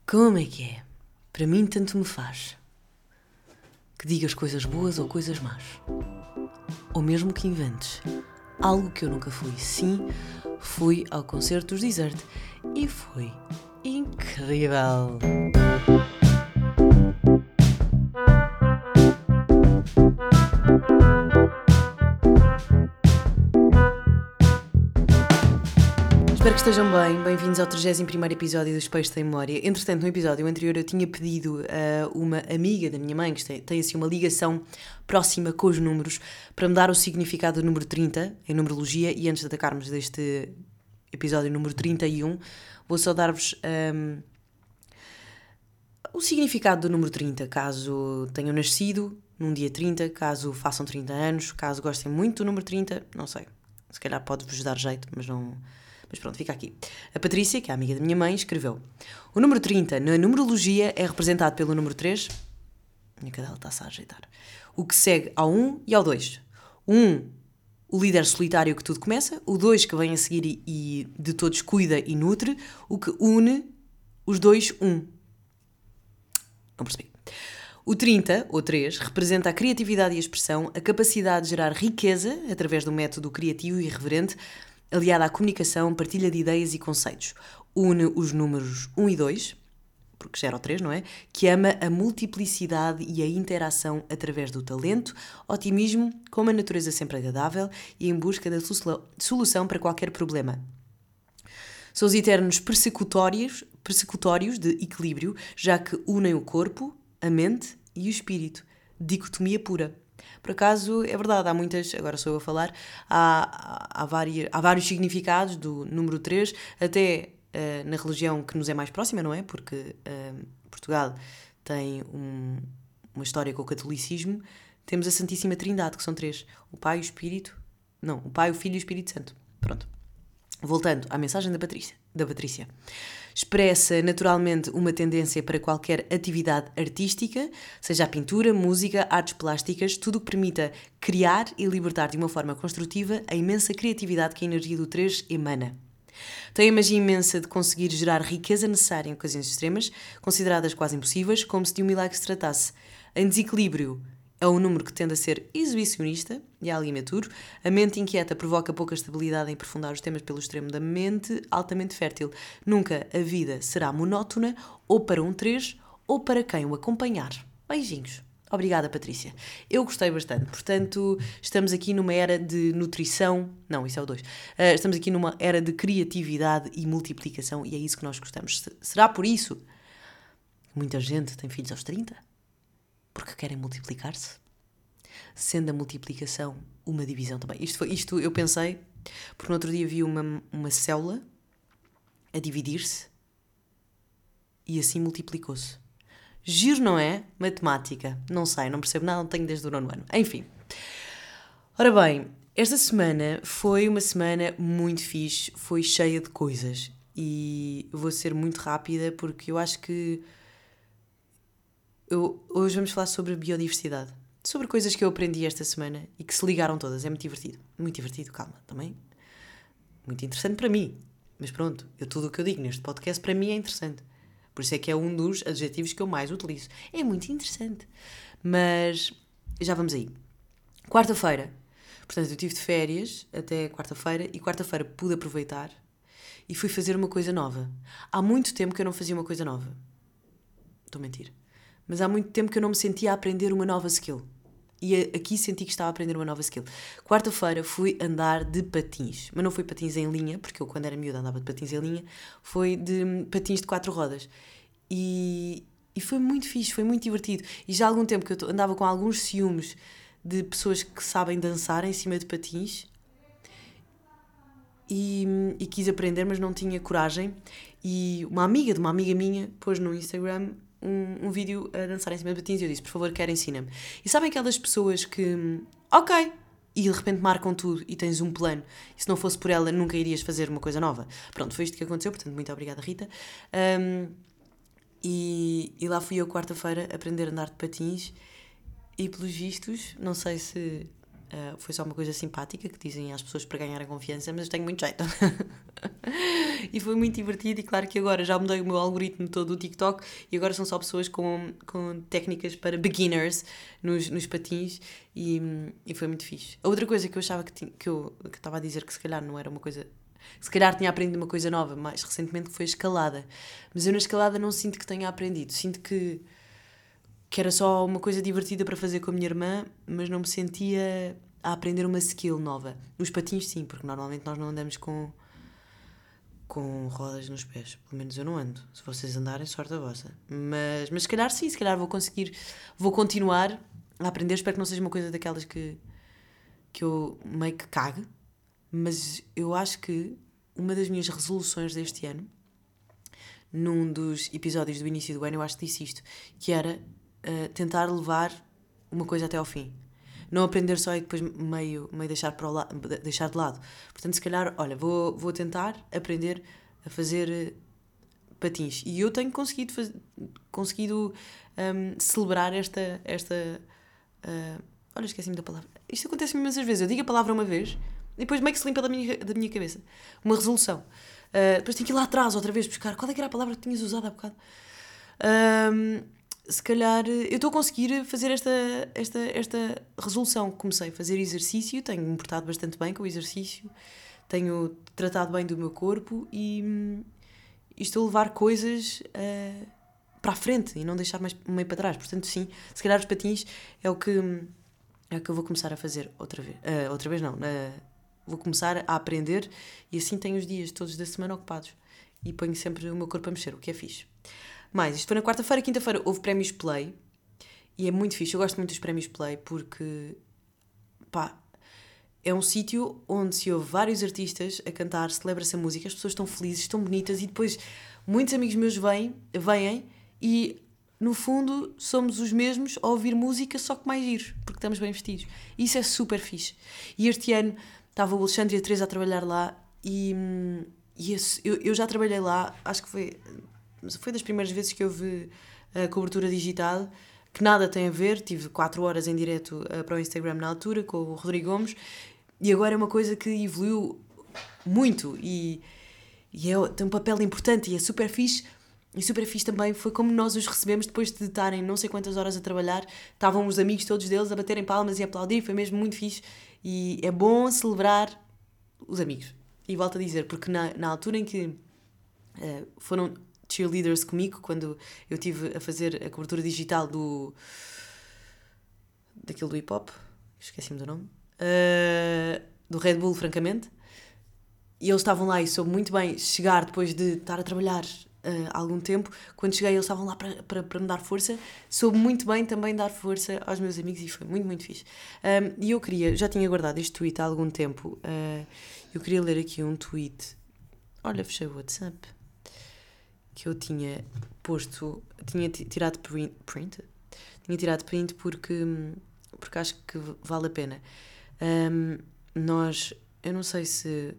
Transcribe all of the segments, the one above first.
Como é que é? Para mim tanto me faz que digas coisas boas ou coisas más. Ou mesmo que inventes algo que eu nunca fui. Sim, fui ao concerto dos Desert e foi incrível. Espero que estejam bem, bem-vindos ao 31º episódio do Espelhos Sem Memória. Entretanto, no episódio anterior eu tinha pedido a uma amiga da minha mãe, que tem assim uma ligação próxima com os números, para me dar o significado do número 30, em numerologia, e antes de atacarmos deste episódio número 31, vou só dar-vos o significado do número 30, caso tenham nascido num dia 30, caso façam 30 anos, caso gostem muito do número 30, não sei, se calhar pode-vos dar jeito, mas não... Mas pronto, fica aqui. A Patrícia, que é a amiga da minha mãe, escreveu: o número 30 na numerologia é representado pelo número 3. A minha cadela está-se a ajeitar. O que segue ao 1 e ao 2. O 1, o líder solitário que tudo começa. O 2, que vem a seguir e de todos cuida e nutre. O que une os dois, 1. Não percebi. O 30, ou 3, representa a criatividade e a expressão, a capacidade de gerar riqueza através do método criativo e irreverente, aliada à comunicação, partilha de ideias e conceitos. Une os números 1 e 2, porque gera o 3, não é? Que ama a multiplicidade e a interação através do talento, otimismo, com uma natureza sempre agradável e em busca da solução para qualquer problema. São os eternos persecutórios de equilíbrio, já que unem o corpo, a mente e o espírito. Dicotomia pura. Por acaso, é verdade, há muitas, agora sou eu a falar, há vários significados do número 3, até na religião que nos é mais próxima, não é? Porque Portugal tem uma história com o catolicismo, temos a Santíssima Trindade, que são 3. O Pai, o Espírito... Não, o Pai, o Filho e o Espírito Santo. Pronto. Voltando à mensagem da Patrícia. Expressa naturalmente uma tendência para qualquer atividade artística, seja a pintura, música, artes plásticas, tudo o que permita criar e libertar de uma forma construtiva a imensa criatividade que a energia do 3 emana. Tem a magia imensa de conseguir gerar riqueza necessária em ocasiões extremas, consideradas quase impossíveis, como se de um milagre se tratasse. Em desequilíbrio, é um número que tende a ser exibicionista e ali imaturo. A mente inquieta provoca pouca estabilidade em aprofundar os temas pelo extremo da mente altamente fértil. Nunca a vida será monótona, ou para um 3, ou para quem o acompanhar. Beijinhos. Obrigada, Patrícia. Eu gostei bastante. Portanto, estamos aqui numa era de nutrição... Não, isso é o 2. Estamos aqui numa era de criatividade e multiplicação e é isso que nós gostamos. Será por isso que muita gente tem filhos aos 30? Porque querem multiplicar-se, sendo a multiplicação uma divisão também. Isto eu pensei, porque no outro dia vi uma célula a dividir-se e assim multiplicou-se. Giro, não é? Matemática. Não sei, não percebo nada, não tenho desde o 9º ano. Enfim. Ora bem, esta semana foi uma semana muito fixe, foi cheia de coisas. E vou ser muito rápida porque eu acho que hoje vamos falar sobre biodiversidade. Sobre coisas que eu aprendi esta semana e que se ligaram todas. É muito divertido. Muito divertido, calma, também. Muito interessante para mim. Mas pronto, tudo o que eu digo neste podcast para mim é interessante. Por isso é que é um dos adjetivos que eu mais utilizo. É muito interessante. Mas já vamos aí. Quarta-feira. Portanto, eu estive de férias até quarta-feira e quarta-feira pude aproveitar e fui fazer uma coisa nova. Há muito tempo que eu não fazia uma coisa nova. Estou a mentir. Mas há muito tempo que eu não me sentia a aprender uma nova skill. E aqui senti que estava a aprender uma nova skill. Quarta-feira fui andar de patins. Mas não foi patins em linha, porque eu quando era miúda andava de patins em linha. Foi de patins de 4 rodas. E foi muito fixe, foi muito divertido. E já há algum tempo que eu andava com alguns ciúmes de pessoas que sabem dançar em cima de patins. E quis aprender, mas não tinha coragem. E uma amiga de uma amiga minha pôs no Instagram um vídeo a dançar em cima de patins e eu disse, por favor, quero, ensina-me. E sabem aquelas pessoas que, ok, e de repente marcam tudo e tens um plano. E se não fosse por ela, nunca irias fazer uma coisa nova. Pronto, foi isto que aconteceu, portanto, muito obrigada, Rita. E lá fui eu quarta-feira aprender a andar de patins e pelos vistos, não sei se Foi só uma coisa simpática que dizem às pessoas para ganharem confiança, mas eu tenho muito jeito. E foi muito divertido. E claro que agora já mudei o meu algoritmo todo do TikTok e agora são só pessoas com técnicas para beginners nos patins e foi muito fixe. A outra coisa que eu achava que eu estava a dizer que se calhar não era uma coisa... Se calhar tinha aprendido uma coisa nova mais recentemente, que foi a escalada. Mas eu na escalada não sinto que tenha aprendido. Sinto que era só uma coisa divertida para fazer com a minha irmã, mas não me sentia a aprender uma skill nova. Nos patins sim, porque normalmente nós não andamos com rodas nos pés. Pelo menos eu não ando. Se vocês andarem, sorte a vossa. Mas se calhar sim, se calhar vou continuar a aprender. Espero que não seja uma coisa daquelas que eu meio que cague. Mas eu acho que uma das minhas resoluções deste ano, num dos episódios do início do ano, eu acho que disse isto, que era tentar levar uma coisa até ao fim. Não aprender só e depois meio deixar de lado. Portanto, se calhar, olha, vou tentar aprender a fazer patins. E eu tenho conseguido celebrar esta olha, esqueci-me da palavra. Isto acontece-me imensas vezes. Eu digo a palavra uma vez e depois meio que se limpa da minha cabeça. Uma resolução. Depois tenho que ir lá atrás outra vez buscar. Qual é que era a palavra que tinhas usado há bocado? Se calhar eu estou a conseguir fazer esta resolução. Comecei a fazer exercício, tenho-me portado bastante bem com o exercício, tenho tratado bem do meu corpo e estou a levar coisas para a frente e não deixar mais meio para trás. Portanto, sim, se calhar os patins é o que eu vou começar a fazer outra vez. Outra vez não, vou começar a aprender e assim tenho os dias todos da semana ocupados e ponho sempre o meu corpo a mexer, o que é fixe. Mas isto foi na quarta-feira. Quinta-feira houve prémios Play e é muito fixe. Eu gosto muito dos prémios Play porque é um sítio onde se ouve vários artistas a cantar, celebra-se a música, as pessoas estão felizes, estão bonitas e depois muitos amigos meus vêm e no fundo somos os mesmos a ouvir música, só que mais giros, porque estamos bem vestidos. E isso é super fixe. E este ano estava o Alexandre e a Teresa a trabalhar lá e eu já trabalhei lá, acho que foi das primeiras vezes que houve a cobertura digital, que nada tem a ver. Tive 4 horas em direto para o Instagram na altura com o Rodrigo Gomes e agora é uma coisa que evoluiu muito e tem um papel importante e é super fixe. E super fixe também foi como nós os recebemos depois de estarem não sei quantas horas a trabalhar. Estavam os amigos todos deles a baterem palmas e a aplaudir, foi mesmo muito fixe e é bom celebrar os amigos. E volto a dizer, porque na altura em que foram cheerleaders comigo, quando eu estive a fazer a cobertura digital daquilo do hip-hop, esqueci-me do nome, do Red Bull, francamente, e eles estavam lá e soube muito bem chegar depois de estar a trabalhar há algum tempo. Quando cheguei eles estavam lá para me dar força, soube muito bem também dar força aos meus amigos e foi muito, muito fixe. E eu já tinha guardado este tweet há algum tempo, eu queria ler aqui um tweet, olha, fechei o WhatsApp, que eu tinha posto, tinha tirado print? Tinha tirado print porque acho que vale a pena. Eu não sei se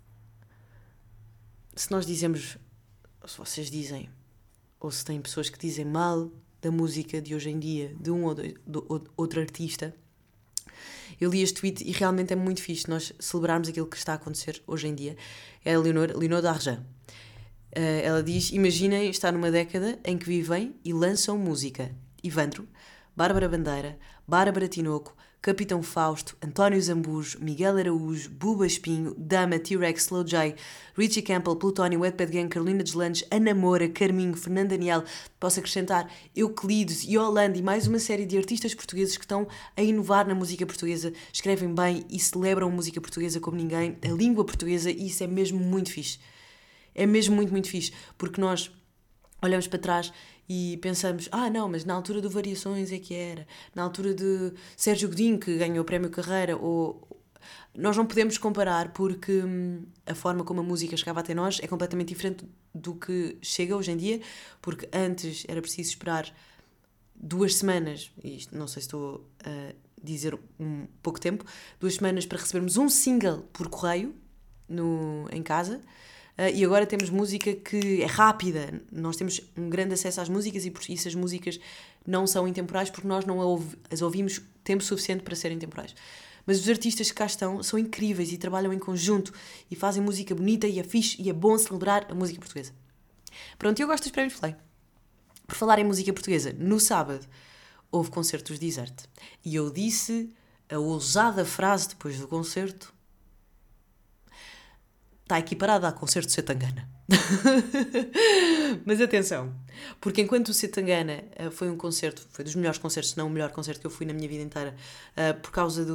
nós dizemos, ou se vocês dizem, ou se tem pessoas que dizem mal da música de hoje em dia, de um ou outro artista. Eu li este tweet e realmente é muito fixe nós celebrarmos aquilo que está a acontecer hoje em dia. É a Leonor Darjan. Ela diz, imaginem estar numa década em que vivem e lançam música. Ivandro, Bárbara Bandeira, Bárbara Tinoco, Capitão Fausto, António Zambujo, Miguel Araújo, Buba Espinho, Dama, T-Rex, Slow J, Richie Campbell, Plutónio, Wetpad Gang, Carolina Deslandes, Ana Moura, Carminho, Fernando Daniel, posso acrescentar Euclides, Yolanda e mais uma série de artistas portugueses que estão a inovar na música portuguesa, escrevem bem e celebram a música portuguesa como ninguém, a língua portuguesa, e isso é mesmo muito fixe. É mesmo muito, muito fixe, porque nós olhamos para trás e pensamos, não, mas na altura do Variações é que era, na altura de Sérgio Godinho, que ganhou o Prémio Carreira, ou... Nós não podemos comparar porque a forma como a música chegava até nós é completamente diferente do que chega hoje em dia, porque antes era preciso esperar 2 semanas, e isto não sei se estou a dizer um pouco tempo, 2 semanas para recebermos um single por correio em casa. E agora temos música que é rápida, nós temos um grande acesso às músicas e por isso as músicas não são intemporais porque nós não as ouvimos tempo suficiente para serem temporais. Mas os artistas que cá estão são incríveis e trabalham em conjunto e fazem música bonita e é fixe e é bom celebrar a música portuguesa. Pronto, eu gosto dos prémios Play. Por falar em música portuguesa, no sábado houve concertos de Desert. E eu disse a ousada frase depois do concerto: está equiparada a concerto de Setangana. Mas atenção, porque enquanto o Setangana foi um concerto, foi dos melhores concertos, se não o melhor concerto que eu fui na minha vida inteira, por causa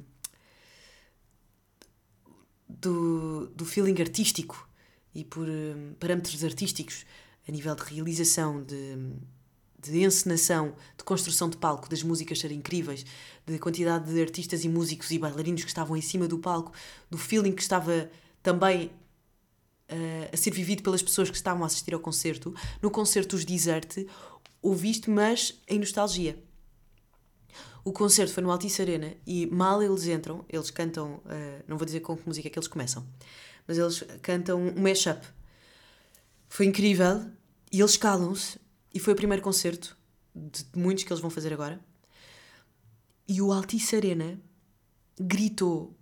do feeling artístico e por parâmetros artísticos a nível de realização, de encenação, de construção de palco, das músicas serem incríveis, de quantidade de artistas e músicos e bailarinos que estavam em cima do palco, do feeling que estava também a ser vivido pelas pessoas que estavam a assistir ao concerto. No concerto Os Desert, ouvi isto, mas em nostalgia. O concerto foi no Altice Arena e mal eles entram, eles cantam, não vou dizer com que música é que eles começam, mas eles cantam um mashup. Foi incrível e eles calam-se e foi o primeiro concerto de muitos que eles vão fazer agora. E o Altice Arena gritou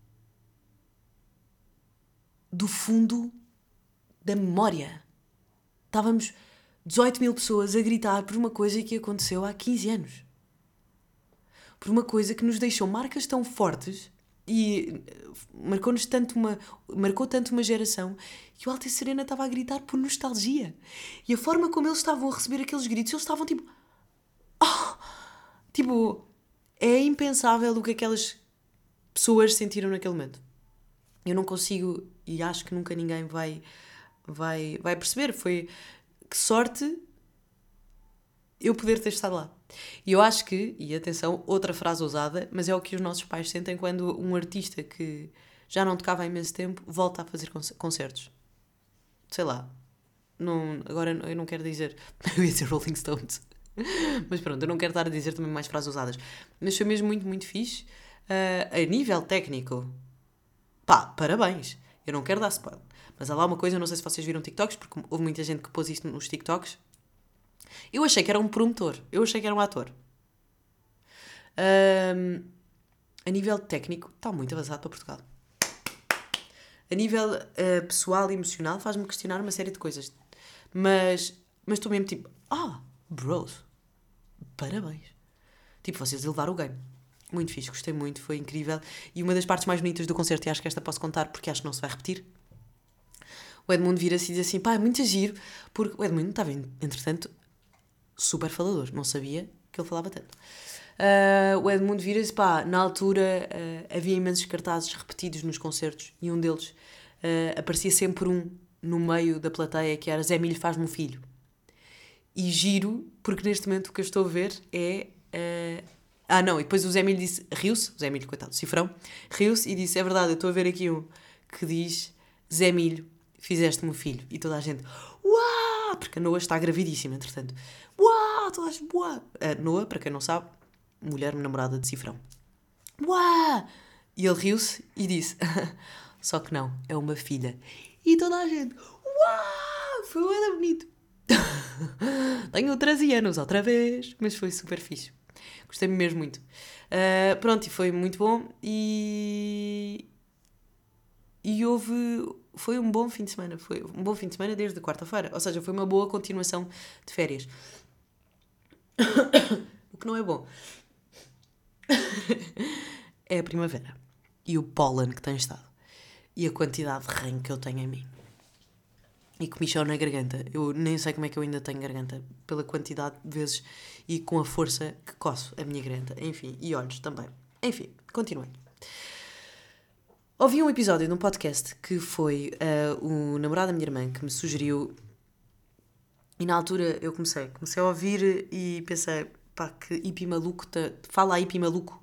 do fundo da memória. Estávamos 18 mil pessoas a gritar por uma coisa que aconteceu há 15 anos. Por uma coisa que nos deixou marcas tão fortes e marcou tanto uma geração que o Altice Arena estava a gritar por nostalgia. E a forma como eles estavam a receber aqueles gritos, eles estavam tipo... Oh! Tipo, é impensável o que aquelas pessoas sentiram naquele momento. Eu não consigo, e acho que nunca ninguém vai perceber. Foi que sorte eu poder ter estado lá. E eu acho que, e atenção, outra frase ousada, mas é o que os nossos pais sentem quando um artista que já não tocava há imenso tempo volta a fazer concertos. Sei lá. Não, agora eu não quero dizer... Eu ia dizer Rolling Stones. Mas pronto, eu não quero estar a dizer também mais frases ousadas. Mas foi mesmo muito, muito fixe. A nível técnico, pá, parabéns. Eu não quero dar spoiler. Mas há lá uma coisa, eu não sei se vocês viram TikToks, porque houve muita gente que pôs isto nos TikToks. Eu achei que era um promotor. Eu achei que era um ator. A nível técnico, está muito avançado para Portugal. A nível pessoal e emocional, faz-me questionar uma série de coisas. Mas estou mesmo tipo... bros, parabéns. Tipo, vocês elevaram o game. Muito fixe, gostei muito, foi incrível. E uma das partes mais bonitas do concerto, e acho que esta posso contar porque acho que não se vai repetir, o Edmundo vira-se e diz assim: pá, é muito giro, porque o Edmundo estava, entretanto, super falador, não sabia que ele falava tanto. O Edmundo vira-se, pá, na altura havia imensos cartazes repetidos nos concertos e um deles aparecia sempre no meio da plateia que era Zé Milho faz-me um filho. E giro, porque neste momento o que eu estou a ver é... não, e depois o Zé Milho disse, riu-se, o Zé Milho, coitado, cifrão, riu-se e disse: é verdade, eu estou a ver aqui um que diz: Zé Milho, fizeste-me um filho. E toda a gente, uau! Porque a Noa está gravidíssima, entretanto. Uau! Toda a gente, uau! A Noa, para quem não sabe, mulher namorada de cifrão. Uau! E ele riu-se e disse: só que não, é uma filha. E toda a gente, uau! Foi muito bonito. Tenho 13 anos outra vez, mas foi super fixe. Gostei mesmo muito. Pronto, e foi muito bom e foi um bom fim de semana. Foi um bom fim de semana desde quarta-feira. Ou seja, foi uma boa continuação de férias. O que não é bom é a primavera e o pólen que tem estado e a quantidade de ranho que eu tenho em mim. E comichão na garganta. Eu nem sei como é que eu ainda tenho garganta, pela quantidade de vezes e com a força que coço a minha garganta. Enfim, e olhos também. Enfim, continuando. Ouvi um episódio de um podcast que foi o namorado da minha irmã que me sugeriu, e na altura eu comecei a ouvir e pensei, pá, que hippie maluco, fala aí hippie maluco.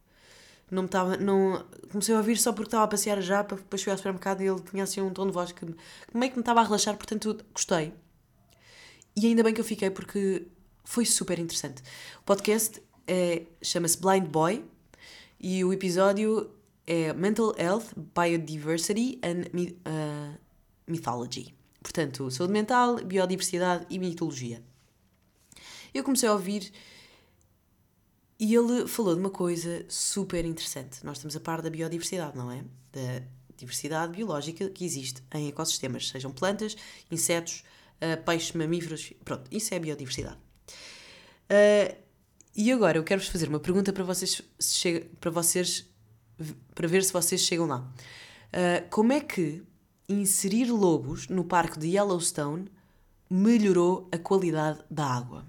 Comecei a ouvir só porque estava a passear já, para depois fui ao supermercado e ele tinha assim um tom de voz que meio que me estava a relaxar, portanto gostei. E ainda bem que eu fiquei, porque foi super interessante. O podcast chama-se Blind Boy e o episódio é Mental Health, Biodiversity and Mythology. Portanto, saúde mental, biodiversidade e mitologia. Eu comecei a ouvir E ele falou de uma coisa super interessante. Nós estamos a par da biodiversidade, não é? Da diversidade biológica que existe em ecossistemas, sejam plantas, insetos, peixes, mamíferos. Pronto, isso é a biodiversidade. E agora eu quero-vos fazer uma pergunta para vocês, para ver se vocês chegam lá. Como é que inserir lobos no parque de Yellowstone melhorou a qualidade da água?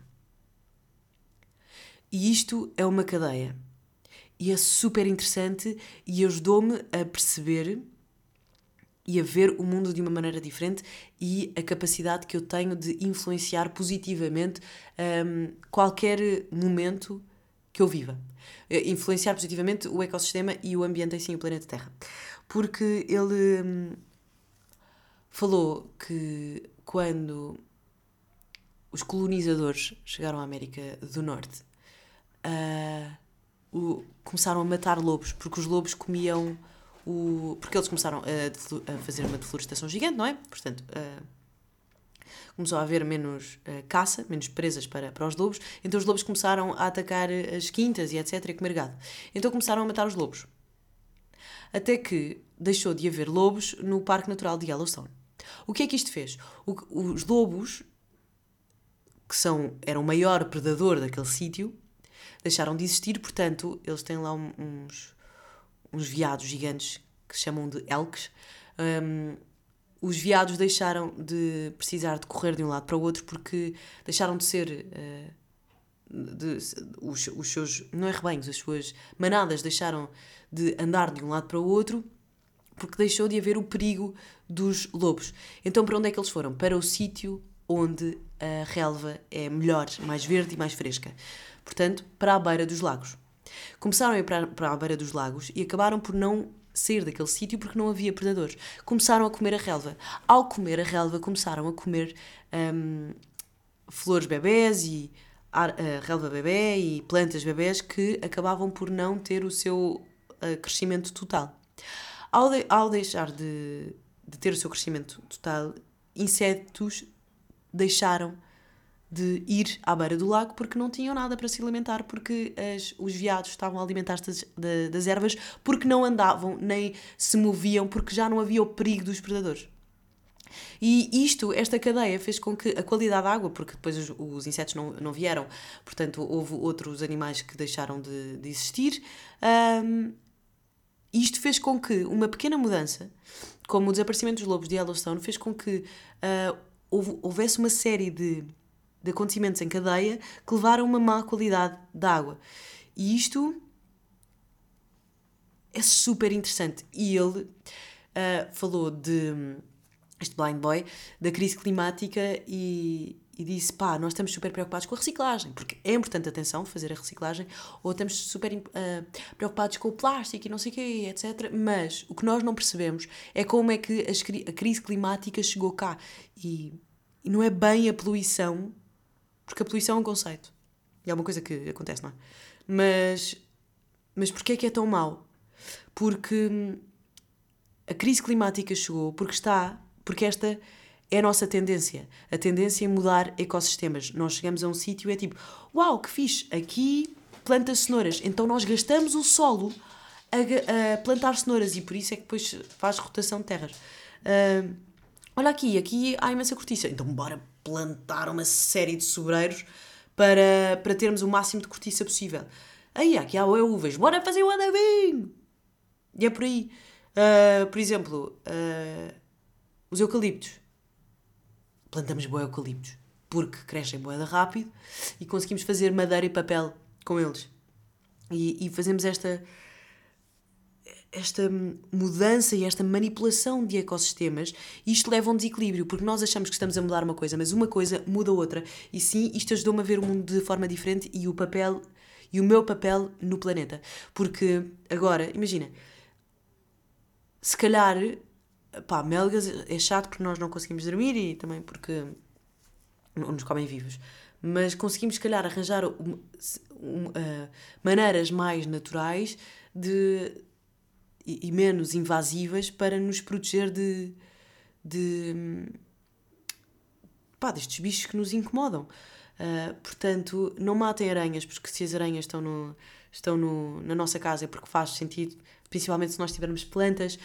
E isto é uma cadeia. E é super interessante e ajudou-me a perceber e a ver o mundo de uma maneira diferente e a capacidade que eu tenho de influenciar positivamente qualquer momento que eu viva. Influenciar positivamente o ecossistema e o ambiente em si, o planeta Terra. Porque ele falou que quando os colonizadores chegaram à América do Norte, começaram a matar lobos, porque os lobos comiam porque eles começaram a fazer uma deflorestação gigante, não é? Portanto, começou a haver menos caça, menos presas para os lobos, então os lobos começaram a atacar as quintas e etc, e comer gado. Então começaram a matar os lobos. Até que deixou de haver lobos no Parque Natural de Yellowstone. O que é que isto fez? Os lobos, que eram o maior predador daquele sítio, deixaram de existir, portanto, eles têm lá uns veados gigantes que se chamam de elks. Os veados deixaram de precisar de correr de um lado para o outro porque deixaram de ser os seus, não é rebanhos, as suas manadas deixaram de andar de um lado para o outro porque deixou de haver o perigo dos lobos. Então para onde é que eles foram? Para o sítio onde a relva é melhor, mais verde e mais fresca. Portanto, para a beira dos lagos. Começaram a ir para a beira dos lagos e acabaram por não sair daquele sítio porque não havia predadores. Começaram a comer a relva. Ao comer a relva, começaram a comer flores bebés e relva bebé e plantas bebés que acabavam por não ter o seu crescimento total. Ao deixar de ter o seu crescimento total, insetos deixaram de ir à beira do lago porque não tinham nada para se alimentar, porque os veados estavam a alimentar-se das ervas, porque não andavam nem se moviam, porque já não havia o perigo dos predadores. E esta cadeia fez com que a qualidade da água, porque depois os insetos não vieram, portanto houve outros animais que deixaram de existir, isto fez com que uma pequena mudança, como o desaparecimento dos lobos de Yellowstone, fez com que houvesse uma série de acontecimentos em cadeia que levaram a uma má qualidade da água. E isto é super interessante. E ele falou este blind boy, da crise climática e disse, nós estamos super preocupados com a reciclagem, porque é importante, atenção, fazer a reciclagem, ou estamos super preocupados com o plástico e não sei o quê, etc. Mas o que nós não percebemos é como é que a crise climática chegou cá. E não é bem a poluição, porque a poluição é um conceito. E é uma coisa que acontece, não é? Mas porquê é que é tão mau? Porque a crise climática chegou porque esta é a nossa tendência. A tendência é mudar ecossistemas. Nós chegamos a um sítio e é tipo, uau, que fixe, aqui planta cenouras. Então nós gastamos o solo a plantar cenouras e por isso é que depois faz rotação de terras. Olha aqui há imensa cortiça. Então bora plantar uma série de sobreiros para termos o máximo de cortiça possível. Aí aqui há uvas, bora fazer o adavinho! E é por aí. Por exemplo, os eucaliptos. Plantamos bué eucaliptos porque crescem bué rápido e conseguimos fazer madeira e papel com eles. E fazemos esta mudança e esta manipulação de ecossistemas, e isto leva a um desequilíbrio, porque nós achamos que estamos a mudar uma coisa, mas uma coisa muda outra. E sim, isto ajudou-me a ver o mundo de forma diferente e o meu papel no planeta. Porque agora, imagina, se calhar, melgas é chato porque nós não conseguimos dormir e também porque não nos comem vivos. Mas conseguimos, se calhar, arranjar maneiras mais naturais e menos invasivas para nos proteger destes bichos que nos incomodam. Portanto, não matem aranhas, porque se as aranhas na nossa casa é porque faz sentido, principalmente se nós tivermos plantas.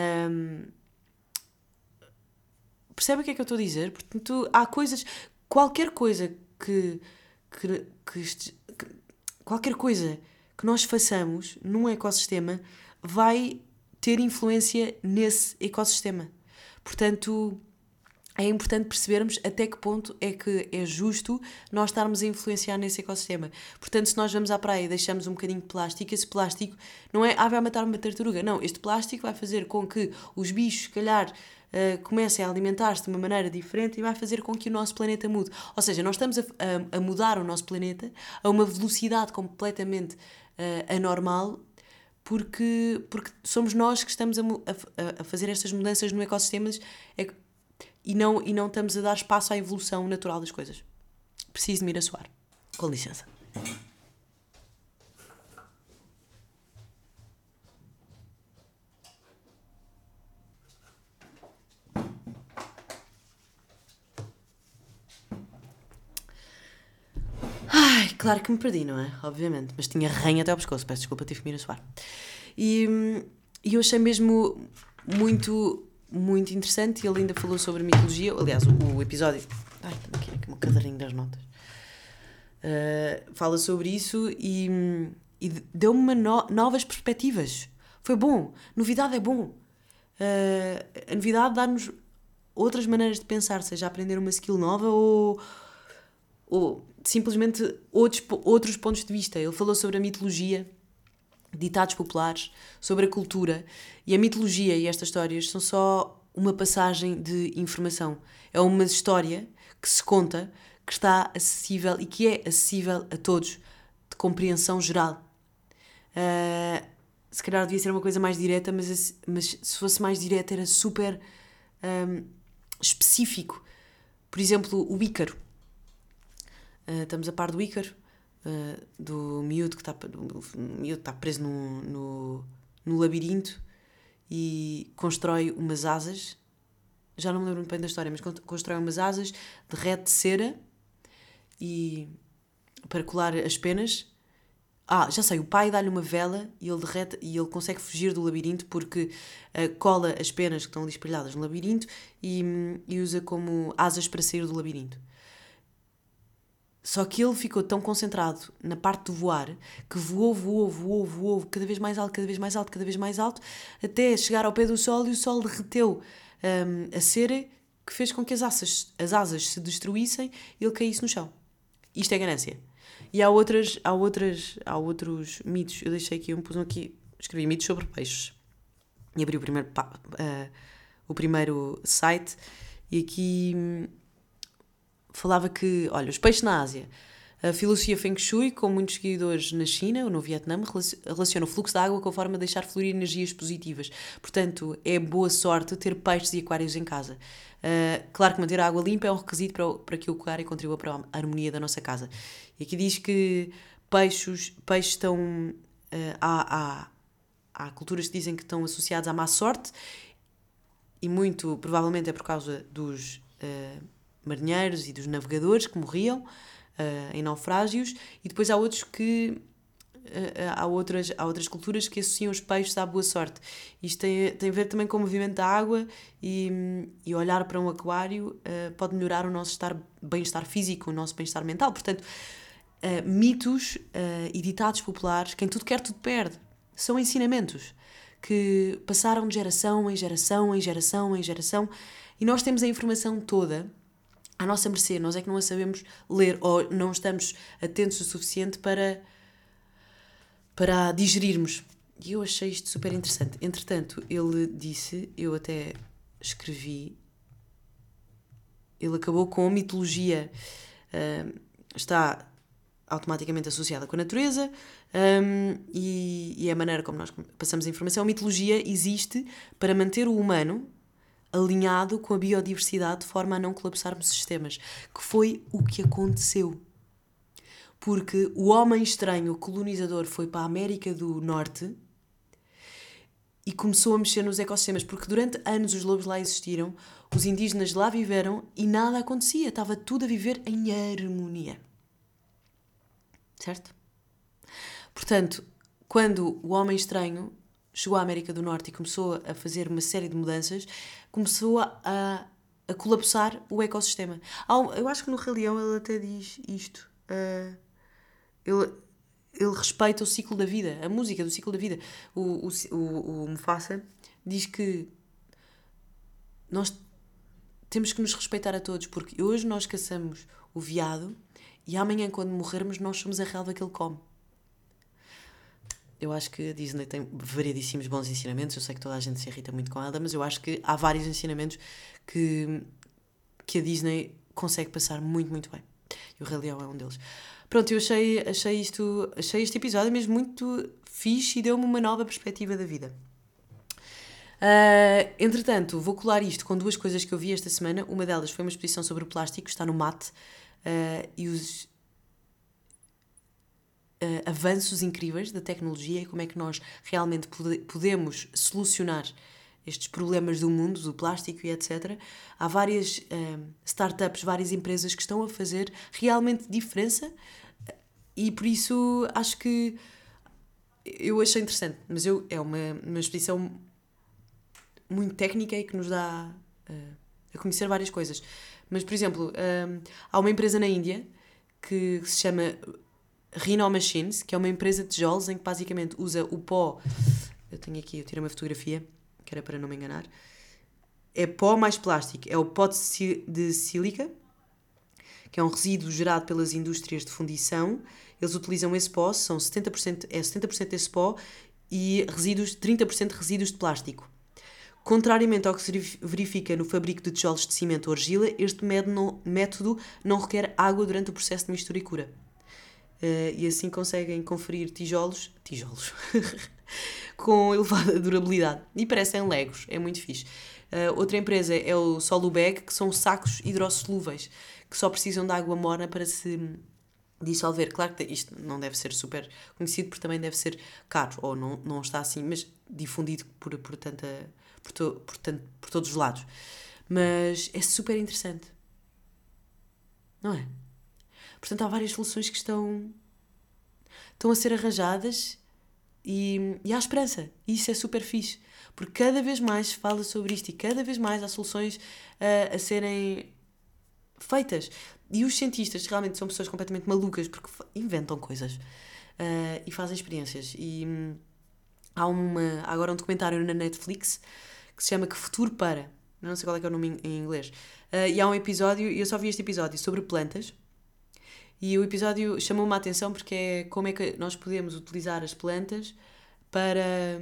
Percebe o que é que eu estou a dizer? Portanto, há coisas, qualquer coisa que, que este- que- qualquer coisa que nós façamos num ecossistema vai ter influência nesse ecossistema. Portanto, é importante percebermos até que ponto é que é justo nós estarmos a influenciar nesse ecossistema. Portanto, se nós vamos à praia e deixamos um bocadinho de plástico, esse plástico não é, vai matar uma tartaruga. Não, este plástico vai fazer com que os bichos, se calhar, comecem a alimentar-se de uma maneira diferente e vai fazer com que o nosso planeta mude. Ou seja, nós estamos a mudar o nosso planeta a uma velocidade completamente anormal porque somos nós que estamos a fazer estas mudanças no ecossistema e não estamos a dar espaço à evolução natural das coisas. Preciso de me ir a suar. Com licença. Ai, claro que me perdi, não é? Obviamente. Mas tinha ranho até ao pescoço. Peço desculpa, tive que me ir a suar. E eu achei mesmo muito, muito interessante. E ele ainda falou sobre mitologia. Aliás, o episódio... Ai, tenho aqui um caderninho das notas. Fala sobre isso e deu-me novas perspectivas. Foi bom. Novidade é bom. A novidade dá-nos outras maneiras de pensar, seja aprender uma skill nova ou simplesmente outros pontos de vista. Ele falou sobre a mitologia, ditados populares, sobre a cultura. E a mitologia e estas histórias são só uma passagem de informação. É uma história que se conta, que está acessível e que é acessível a todos, de compreensão geral. Se calhar devia ser uma coisa mais direta, mas se fosse mais direta era super específico. Por exemplo, o Ícaro. Estamos a par do Ícaro, do miúdo que está preso no labirinto e constrói umas asas. Já não me lembro muito bem da história, mas constrói umas asas, derrete cera e para colar as penas. Já sei, o pai dá-lhe uma vela e ele derrete e ele consegue fugir do labirinto porque cola as penas que estão ali espalhadas no labirinto e usa como asas para sair do labirinto. Só que ele ficou tão concentrado na parte do voar que voou, cada vez mais alto, cada vez mais alto, cada vez mais alto, até chegar ao pé do sol e o sol derreteu a cera que fez com que as asas se destruíssem e ele caísse no chão. Isto é ganância. E há outros mitos. Eu deixei aqui, escrevi mitos sobre peixes. E abri o primeiro site e aqui falava que, olha, os peixes na Ásia. A filosofia Feng Shui, com muitos seguidores na China ou no Vietnã, relaciona o fluxo da água com a forma de deixar fluir energias positivas. Portanto, é boa sorte ter peixes e aquários em casa. Claro que manter a água limpa é um requisito para que o aquário contribua para a harmonia da nossa casa. E aqui diz que peixes estão... há culturas que dizem que estão associados à má sorte e muito provavelmente é por causa dos marinheiros e dos navegadores que morriam em naufrágios, e depois há outros que há outras culturas que associam os peixes à boa sorte. Isto tem a ver também com o movimento da água e olhar para um aquário pode melhorar o nosso bem-estar físico, o nosso bem-estar mental. Portanto, mitos e ditados populares, quem tudo quer, tudo perde. São ensinamentos que passaram de geração em geração, em geração, em geração, e nós temos a informação toda à nossa mercê. Nós é que não a sabemos ler ou não estamos atentos o suficiente para a digerirmos. E eu achei isto super interessante. Entretanto, ele disse, eu até escrevi, ele acabou com a mitologia, está automaticamente associada com a natureza e a maneira como nós passamos a informação. A mitologia existe para manter o humano alinhado com a biodiversidade de forma a não colapsarmos sistemas, que foi o que aconteceu. Porque o homem estranho, o colonizador, foi para a América do Norte e começou a mexer nos ecossistemas, porque durante anos os lobos lá existiram, os indígenas lá viveram e nada acontecia, estava tudo a viver em harmonia. Certo? Portanto, quando o homem estranho chegou à América do Norte e começou a fazer uma série de mudanças, começou a colapsar o ecossistema. Eu acho que no Rei Leão ele até diz isto. Ele respeita o ciclo da vida, a música do ciclo da vida. O Mufasa diz que nós temos que nos respeitar a todos, porque hoje nós caçamos o veado e amanhã, quando morrermos, nós somos a relva que ele come. Eu acho que a Disney tem variedíssimos bons ensinamentos. Eu sei que toda a gente se irrita muito com ela, mas eu acho que há vários ensinamentos que a Disney consegue passar muito, muito bem. E o Rei Leão é um deles. Pronto, eu achei este episódio mesmo muito fixe e deu-me uma nova perspectiva da vida. Entretanto, vou colar isto com duas coisas que eu vi esta semana. Uma delas foi uma exposição sobre o plástico, está no MAT, e os avanços incríveis da tecnologia e como é que nós realmente podemos solucionar estes problemas do mundo, do plástico e etc. Há várias startups, várias empresas que estão a fazer realmente diferença e por isso acho que eu achei interessante, mas é uma exposição muito técnica e que nos dá a conhecer várias coisas. Mas, por exemplo, há uma empresa na Índia que se chama Rhino Machines, que é uma empresa de tijolos em que basicamente usa o pó. Eu tirei uma fotografia, que era para não me enganar. É pó mais plástico. É o pó de sílica, que é um resíduo gerado pelas indústrias de fundição. Eles utilizam esse pó, são 70% desse pó e 30% de resíduos de plástico. Contrariamente ao que se verifica no fabrico de tijolos de cimento ou argila, este método não requer água durante o processo de mistura e cura. E assim conseguem conferir tijolos com elevada durabilidade. E parecem legos, é muito fixe. Outra empresa é o Solubag, que são sacos hidrossolúveis, que só precisam de água morna para se dissolver. Claro que isto não deve ser super conhecido, porque também deve ser caro, ou não está assim, mas difundido por todos os lados. Mas é super interessante. Não é? Portanto, há várias soluções que estão a ser arranjadas e há esperança. E isso é super fixe. Porque cada vez mais se fala sobre isto e cada vez mais há soluções a serem feitas. E os cientistas realmente são pessoas completamente malucas porque inventam coisas e fazem experiências. E há agora um documentário na Netflix que se chama Que Futuro Para. Não sei qual é que é o nome em inglês. E há um episódio, e eu só vi este episódio, sobre plantas. E o episódio chamou-me a atenção porque é como é que nós podemos utilizar as plantas para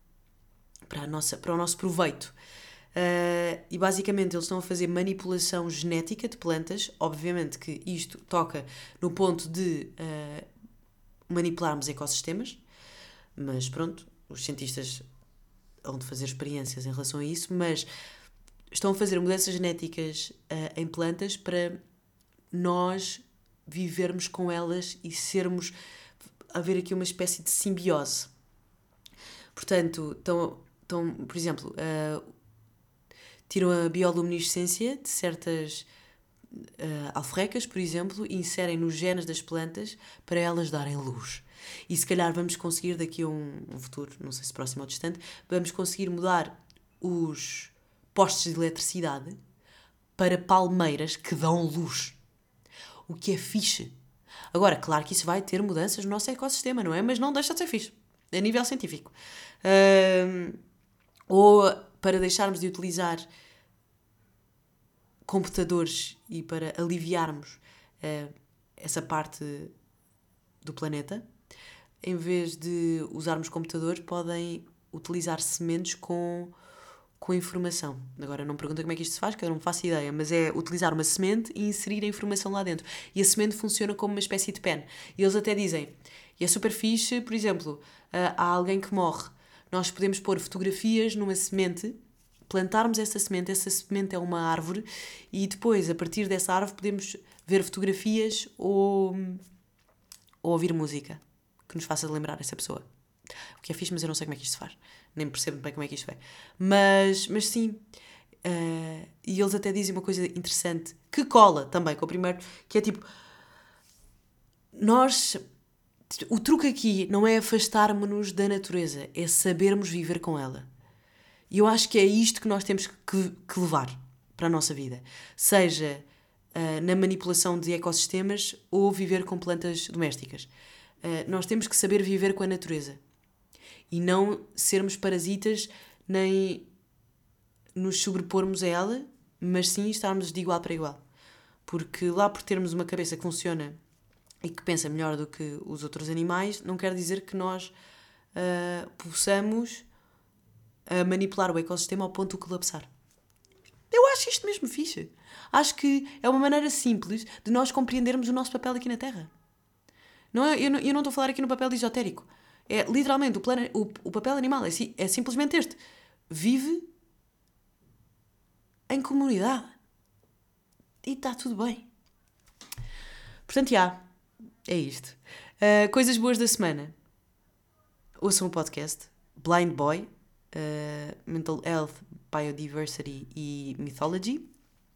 o nosso proveito. E basicamente eles estão a fazer manipulação genética de plantas. Obviamente que isto toca no ponto de manipularmos ecossistemas, mas pronto, os cientistas hão de fazer experiências em relação a isso, mas estão a fazer mudanças genéticas em plantas para nós vivermos com elas e haver aqui uma espécie de simbiose. Portanto, por exemplo, tiram a bioluminescência de certas alforrecas, por exemplo, e inserem nos genes das plantas para elas darem luz. E se calhar vamos conseguir daqui a um futuro, não sei se próximo ou distante, vamos conseguir mudar os postes de eletricidade para palmeiras que dão luz. O que é fixe. Agora, claro que isso vai ter mudanças no nosso ecossistema, não é? Mas não deixa de ser fixe, a nível científico. Ou para deixarmos de utilizar computadores e para aliviarmos essa parte do planeta, em vez de usarmos computadores, podem utilizar sementes com informação. Agora não me pergunta como é que isto se faz, que eu não faço ideia, mas é utilizar uma semente e inserir a informação lá dentro. E a semente funciona como uma espécie de pen. E eles até dizem, e é super fixe, por exemplo, há alguém que morre, nós podemos pôr fotografias numa semente, plantarmos essa semente é uma árvore, e depois, a partir dessa árvore, podemos ver fotografias ou ouvir música que nos faça lembrar essa pessoa. O que é fixe, mas eu não sei como é que isto se faz. Nem percebo bem como é que isto é. Mas sim. E eles até dizem uma coisa interessante, que cola também com o primeiro, que é tipo... O truque aqui não é afastarmos-nos da natureza, é sabermos viver com ela. E eu acho que é isto que nós temos que levar para a nossa vida. Seja na manipulação de ecossistemas ou viver com plantas domésticas. Nós temos que saber viver com a natureza. E não sermos parasitas nem nos sobrepormos a ela, mas sim estarmos de igual para igual. Porque lá por termos uma cabeça que funciona e que pensa melhor do que os outros animais, não quer dizer que nós possamos manipular o ecossistema ao ponto de colapsar. Eu acho isto mesmo fixe. Acho que é uma maneira simples de nós compreendermos o nosso papel aqui na Terra. Não é, eu não estou a falar aqui no papel de esotérico. É literalmente o papel animal. É simplesmente este. Vive em comunidade. E está tudo bem. Portanto, é isto. Coisas boas da semana. Ouçam o podcast Blind Boy, Mental Health, Biodiversity e Mythology.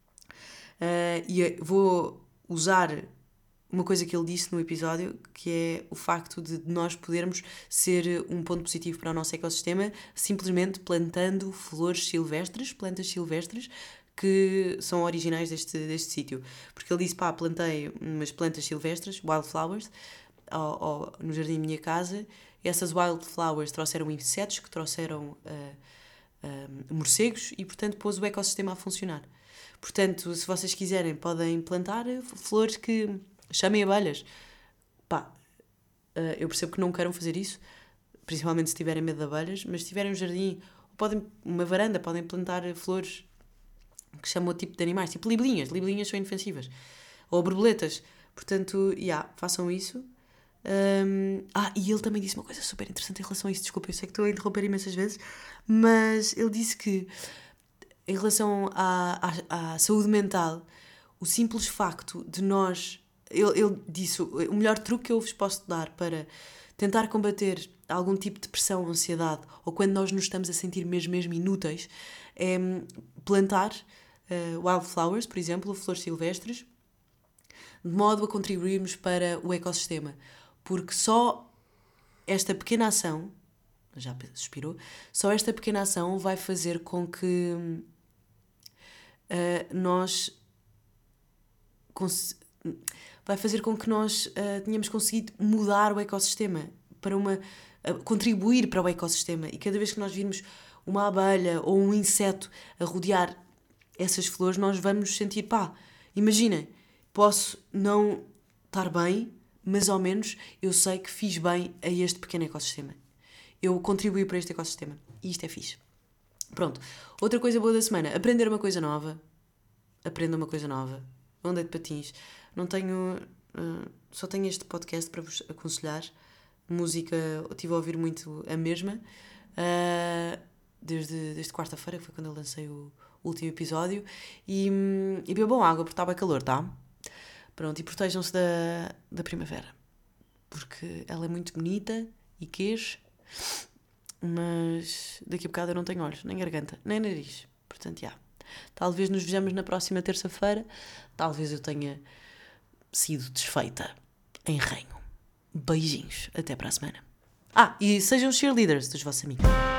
E vou usar uma coisa que ele disse no episódio, que é o facto de nós podermos ser um ponto positivo para o nosso ecossistema simplesmente plantando plantas silvestres, que são originais deste sítio. Porque ele disse, plantei umas plantas silvestres, wildflowers, no jardim da minha casa. Essas wildflowers trouxeram insetos, que trouxeram morcegos, e portanto pôs o ecossistema a funcionar. Portanto, se vocês quiserem, podem plantar flores que chamem abelhas. Eu percebo que não queiram fazer isso, principalmente se tiverem medo de abelhas, mas se tiverem um jardim, uma varanda, podem plantar flores que chamam o tipo de animais, tipo libelinhas. Libelinhas são inofensivas. Ou borboletas. Portanto, façam isso. E ele também disse uma coisa super interessante em relação a isso. Desculpa, eu sei que estou a interromper imensas vezes, mas ele disse que em relação à saúde mental, o simples facto de nós... Ele disse, o melhor truque que eu vos posso dar para tentar combater algum tipo de depressão ou ansiedade, ou quando nós nos estamos a sentir mesmo inúteis, é plantar wildflowers, por exemplo, flores silvestres, de modo a contribuirmos para o ecossistema. Porque só esta pequena ação, já suspirou, só esta pequena ação vai fazer com que nós tenhamos conseguido mudar o ecossistema, contribuir para o ecossistema. E cada vez que nós virmos uma abelha ou um inseto a rodear essas flores, nós vamos sentir, imaginem, posso não estar bem, mas ao menos eu sei que fiz bem a este pequeno ecossistema. Eu contribuí para este ecossistema. E isto é fixe. Pronto. Outra coisa boa da semana. Aprender uma coisa nova. Aprenda uma coisa nova. Não andei de patins. Não tenho... só tenho este podcast para vos aconselhar. Música, eu estive a ouvir muito a mesma. Desde quarta-feira, que foi quando eu lancei o último episódio. E bebam água, porque está bem calor, tá? Pronto, e protejam-se da primavera. Porque ela é muito bonita e queijo, mas daqui a bocado eu não tenho olhos, nem garganta, nem nariz. Portanto, talvez nos vejamos na próxima terça-feira. Talvez eu tenha sido desfeita em reino. Beijinhos, até para a semana. E sejam cheerleaders dos vossos amigos.